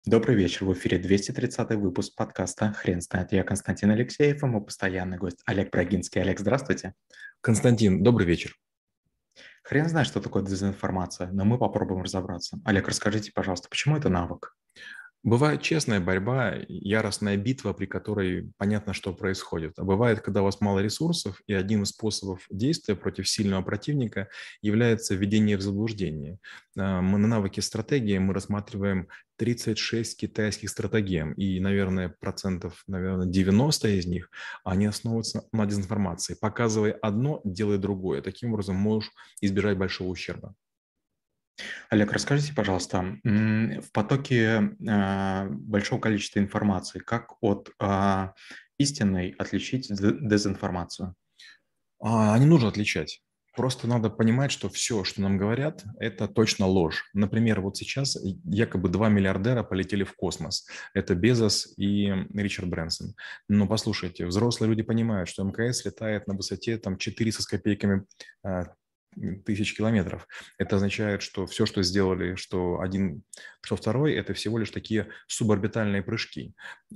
Добрый вечер, в эфире 230 выпуск подкаста «Хрен знает». Я Константин Алексеев и мой постоянный гость Олег Брагинский. Олег, здравствуйте. Константин, добрый вечер. Хрен знает, что такое дезинформация, но мы попробуем разобраться. Олег, расскажите, пожалуйста, почему это навык? Бывает честная борьба, яростная битва, при которой понятно, что происходит. А бывает, когда у вас мало ресурсов, и одним из способов действия против сильного противника является введение в заблуждение. Мы на навыке стратегии мы рассматриваем 36 китайских стратегем, и, наверное, процентов, 90 из них, они основываются на дезинформации. Показывай одно, делай другое. Таким образом, можешь избежать большого ущерба. Олег, расскажите, пожалуйста, в потоке большого количества информации, как от истинной отличить дезинформацию? Не нужно отличать. Просто надо понимать, что все, что нам говорят, это точно ложь. Например, вот сейчас якобы 2 миллиардера полетели в космос. Это Безос и Ричард Брэнсон. Но послушайте, взрослые люди понимают, что МКС летает на высоте там 400 с копейками а, тысяч километров. Это означает, что все, что сделали, что один, что второй, это всего лишь такие суборбитальные прыжки.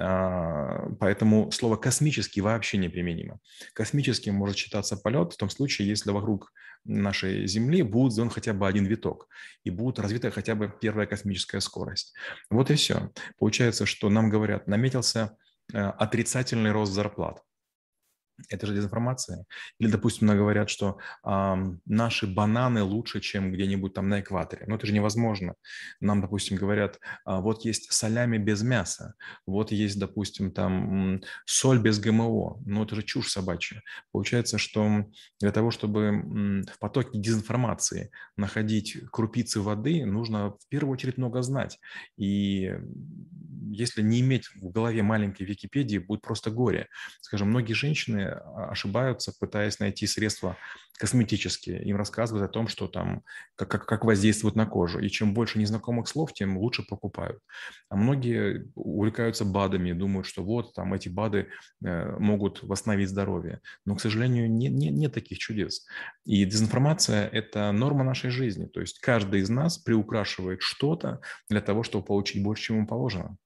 Поэтому слово «космический» вообще неприменимо. Космическим может считаться полет в том случае, если вокруг нашей Земли будет сделан хотя бы один виток и будет развита хотя бы первая космическая скорость. Вот и все. Получается, что нам говорят, наметился отрицательный рост зарплат. Это же дезинформация. Или, допустим, нам говорят, что наши бананы лучше, чем где-нибудь там на экваторе. Но это же невозможно. Нам, допустим, говорят, вот есть солями без мяса, вот есть, допустим, там соль без ГМО. Но это же чушь собачья. Получается, что для того, чтобы в потоке дезинформации находить крупицы воды, нужно в первую очередь много знать. И если не иметь в голове маленькой Википедии, будет просто горе. Скажем, многие женщины ошибаются, пытаясь найти средства косметические. Им рассказывают о том, что там, как воздействует на кожу. И чем больше незнакомых слов, тем лучше покупают. А многие увлекаются БАДами, думают, что вот там эти БАДы могут восстановить здоровье. Но, к сожалению, нет таких чудес. И дезинформация – это норма нашей жизни. То есть каждый из нас приукрашивает что-то для того, чтобы получить больше, чем ему положено.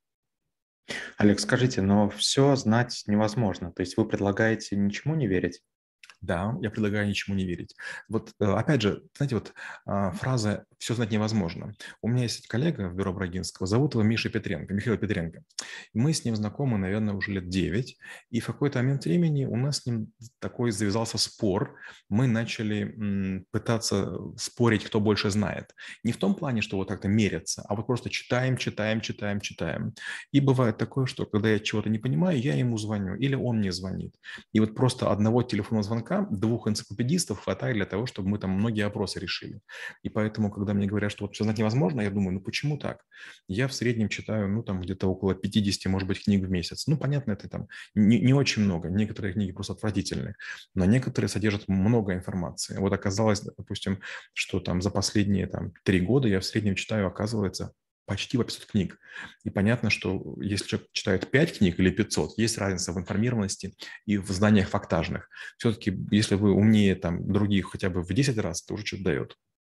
Олег, скажите, но все знать невозможно. То есть вы предлагаете ничему не верить? Да, я предлагаю ничему не верить. Вот опять же, знаете, вот фраза «все знать невозможно». У меня есть коллега в бюро Брагинского, зовут его Миша Петренко, Михаил Петренко. Мы с ним знакомы, наверное, уже лет 9. И в какой-то момент времени у нас с ним такой завязался спор. Мы начали пытаться спорить, кто больше знает. Не в том плане, что вот как-то меряться, а вот просто читаем, читаем, читаем, читаем. И бывает такое, что когда я чего-то не понимаю, я ему звоню или он мне звонит. И вот просто одного телефонного звонка, двух энциклопедистов хватает для того, чтобы мы там многие опросы решили. И поэтому, когда мне говорят, что вот все знать невозможно, я думаю, ну почему так? Я в среднем читаю, ну там где-то около 50, может быть, книг в месяц. Ну, понятно, это там не очень много. Некоторые книги просто отвратительные, но некоторые содержат много информации. Вот оказалось, допустим, что там за последние там 3 года я в среднем читаю, оказывается, почти по 500 книг. И понятно, что если человек читает 5 книг или 500, есть разница в информированности и в знаниях фактажных. Все-таки, если вы умнее там, других хотя бы в 10 раз, это уже что-то дает.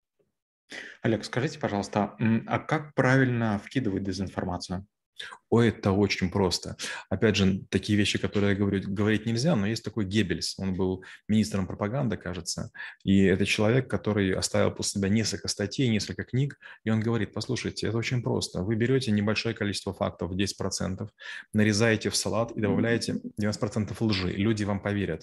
Олег, скажите, пожалуйста, а как правильно вкидывать дезинформацию? Ой, это очень просто. Опять же, такие вещи, которые я говорю, говорить нельзя, но есть такой Геббельс. Он был министром пропаганды, кажется. И это человек, который оставил после себя несколько статей, несколько книг. И он говорит, послушайте, это очень просто. Вы берете небольшое количество фактов, 10%, нарезаете в салат и добавляете 90% лжи. Люди вам поверят.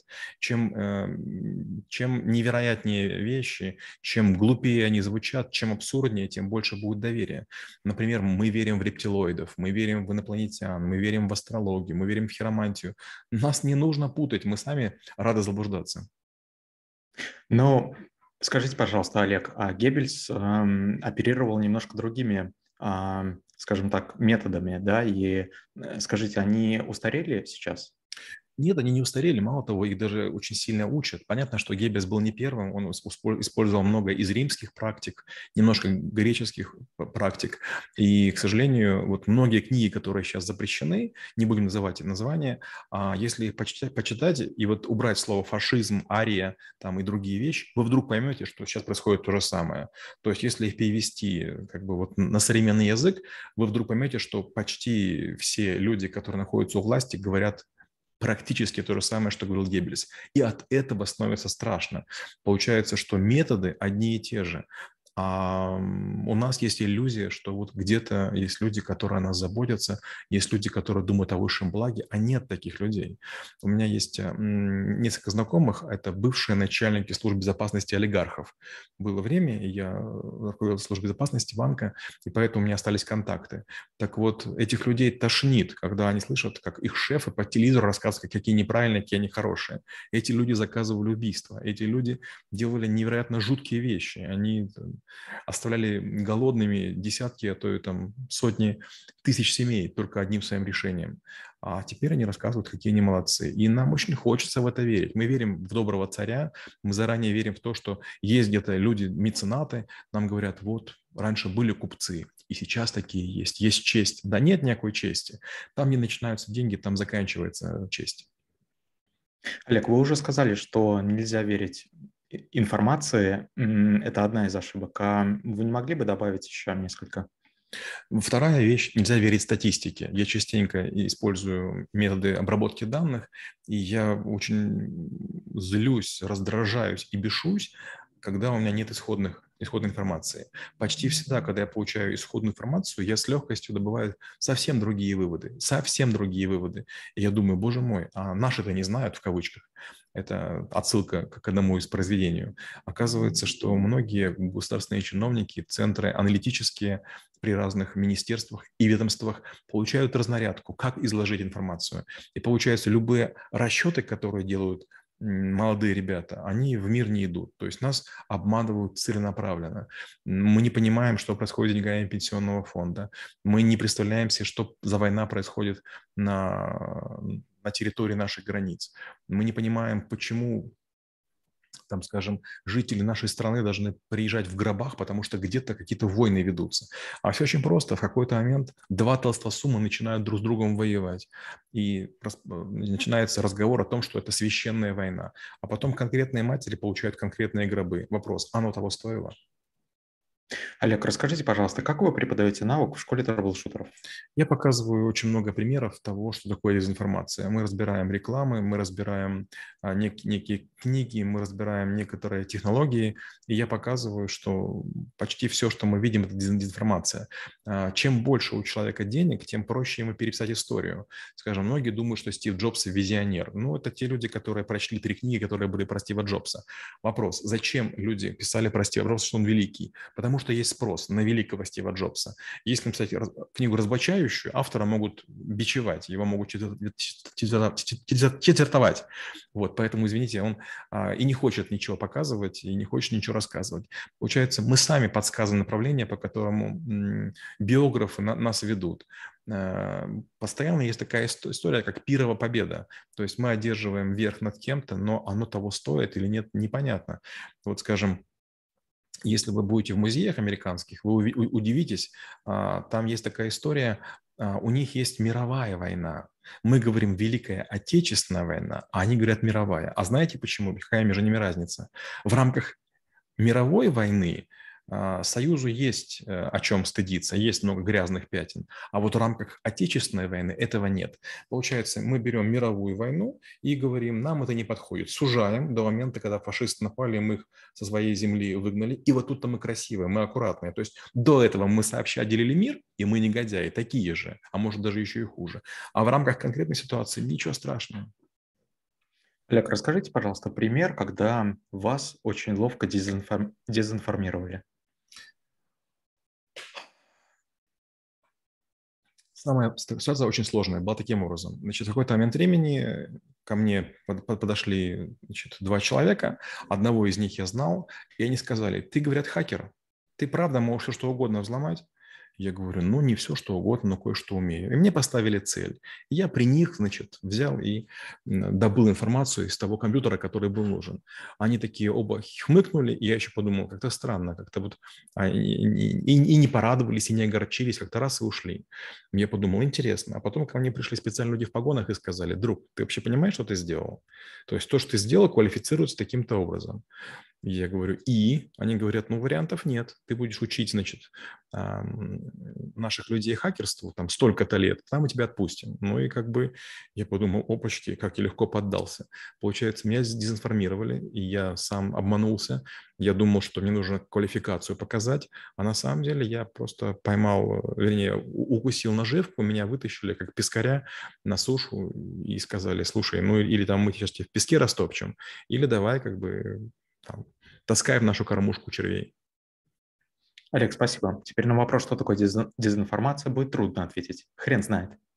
Чем невероятнее вещи, чем глупее они звучат, чем абсурднее, тем больше будет доверия. Например, мы верим в рептилоидов, мы верим в инопланетян, мы верим в астрологию, мы верим в хиромантию. Нас не нужно путать, мы сами рады заблуждаться. Ну, скажите, пожалуйста, Олег, а Геббельс оперировал немножко другими, скажем так, методами, да, и скажите, они устарели сейчас? Нет, они не устарели, мало того, их даже очень сильно учат. Понятно, что Геббельс был не первым, он использовал много из римских практик, немножко греческих практик. И, к сожалению, вот многие книги, которые сейчас запрещены, не будем называть их названия, если их почитать и вот убрать слово фашизм, ария там и другие вещи, вы вдруг поймете, что сейчас происходит то же самое. То есть если их перевести как бы вот на современный язык, вы вдруг поймете, что почти все люди, которые находятся у власти, говорят практически то же самое, что говорил Геббельс. И от этого становится страшно. Получается, что методы одни и те же. А у нас есть иллюзия, что вот где-то есть люди, которые о нас заботятся, есть люди, которые думают о высшем благе, а нет таких людей. У меня есть несколько знакомых, это бывшие начальники служб безопасности олигархов. Было время, и я руководил службой безопасности банка, и поэтому у меня остались контакты. Так вот, этих людей тошнит, когда они слышат, как их шефы по телевизору рассказывают, какие неправильные, какие они хорошие. Эти люди заказывали убийства, эти люди делали невероятно жуткие вещи. Они оставляли голодными десятки, а то и там сотни тысяч семей только одним своим решением. А теперь они рассказывают, какие они молодцы. И нам очень хочется в это верить. Мы верим в доброго царя, мы заранее верим в то, что есть где-то люди, меценаты, нам говорят, вот, раньше были купцы, и сейчас такие есть. Есть честь. Да нет никакой чести. Там не начинаются деньги, там заканчивается честь. Олег, вы уже сказали, что нельзя верить информации. Это одна из ошибок. А вы не могли бы добавить еще несколько? Вторая вещь – нельзя верить статистике. Я частенько использую методы обработки данных, и я очень злюсь, раздражаюсь и бешусь, когда у меня нет исходной информации. Почти всегда, когда я получаю исходную информацию, я с легкостью добываю совсем другие выводы. Совсем другие выводы. И я думаю, боже мой, а наши-то не знают, в кавычках. Это отсылка к одному из произведений. Оказывается, что многие государственные чиновники, центры аналитические при разных министерствах и ведомствах получают разнарядку, как изложить информацию. И получается, любые расчеты, которые делают молодые ребята, они в мир не идут. То есть нас обманывают целенаправленно. Мы не понимаем, что происходит с деньгами пенсионного фонда. Мы не представляем себе, что за война происходит на территории наших границ. Мы не понимаем, почему там, скажем, жители нашей страны должны приезжать в гробах, потому что где-то какие-то войны ведутся. А все очень просто. В какой-то момент два толстосума начинают друг с другом воевать. И начинается разговор о том, что это священная война. А потом конкретные матери получают конкретные гробы. Вопрос, оно того стоило? Олег, расскажите, пожалуйста, как вы преподаете навык в школе трэблшутеров? Я показываю очень много примеров того, что такое дезинформация. Мы разбираем рекламы, мы разбираем некие книги, мы разбираем некоторые технологии, и я показываю, что почти все, что мы видим, это дезинформация. Чем больше у человека денег, тем проще ему переписать историю. Скажем, многие думают, что Стив Джобс визионер. Ну, это те люди, которые прочли 3 книги, которые были про Стива Джобса. Вопрос, зачем люди писали про Стива Джобса, что он великий? Потому что есть спрос на великого Стива Джобса. Если написать книгу разбочающую, автора могут бичевать, его могут четвертовать. Вот, поэтому, извините, он и не хочет ничего показывать, и не хочет ничего рассказывать. Получается, мы сами подсказываем направление, по которому биографы нас ведут. Постоянно есть такая история, как пирова победа. То есть мы одерживаем верх над кем-то, но оно того стоит или нет, непонятно. Вот, скажем, если вы будете в музеях американских, вы удивитесь, там есть такая история, у них есть мировая война. Мы говорим Великая Отечественная война, а они говорят мировая. А знаете почему? Какая между ними разница? В рамках мировой войны Союзу есть о чем стыдиться, есть много грязных пятен, а вот в рамках Отечественной войны этого нет. Получается, мы берем мировую войну и говорим, нам это не подходит, сужаем до момента, когда фашисты напали, мы их со своей земли выгнали, и вот тут-то мы красивые, мы аккуратные. То есть до этого мы сообща делили мир, и мы негодяи, такие же, а может даже еще и хуже. А в рамках конкретной ситуации ничего страшного. Олег, расскажите, пожалуйста, пример, когда вас очень ловко дезинформировали. Самая ситуация очень сложная была таким образом. Значит, в какой-то момент времени ко мне подошли, значит, 2 человека, одного из них я знал, и они сказали, ты, говорят, хакер, ты правда можешь что угодно взломать? Я говорю, ну, не все, что угодно, но кое-что умею. И мне поставили цель. И я при них, значит, взял и добыл информацию из того компьютера, который был нужен. Они такие оба хмыкнули, и я еще подумал, как-то странно, как-то вот и не порадовались, и не огорчились, как-то раз и ушли. Я подумал, интересно. А потом ко мне пришли специальные люди в погонах и сказали, друг, ты вообще понимаешь, что ты сделал? То есть то, что ты сделал, квалифицируется таким-то образом. Я говорю, и? Они говорят, ну, вариантов нет. Ты будешь учить, значит, наших людей хакерству там столько-то лет, там мы тебя отпустим. Ну и как бы я подумал, опачки, как я легко поддался. Получается, меня дезинформировали, и я сам обманулся. Я думал, что мне нужно квалификацию показать, а на самом деле я просто поймал, вернее, укусил наживку, меня вытащили как пескаря на сушу и сказали, слушай, ну или там мы сейчас тебя в песке растопчем, или давай как бы там, таскай в нашу кормушку червей. Олег, спасибо. Теперь на вопрос, что такое дезинформация, будет трудно ответить. Хрен знает.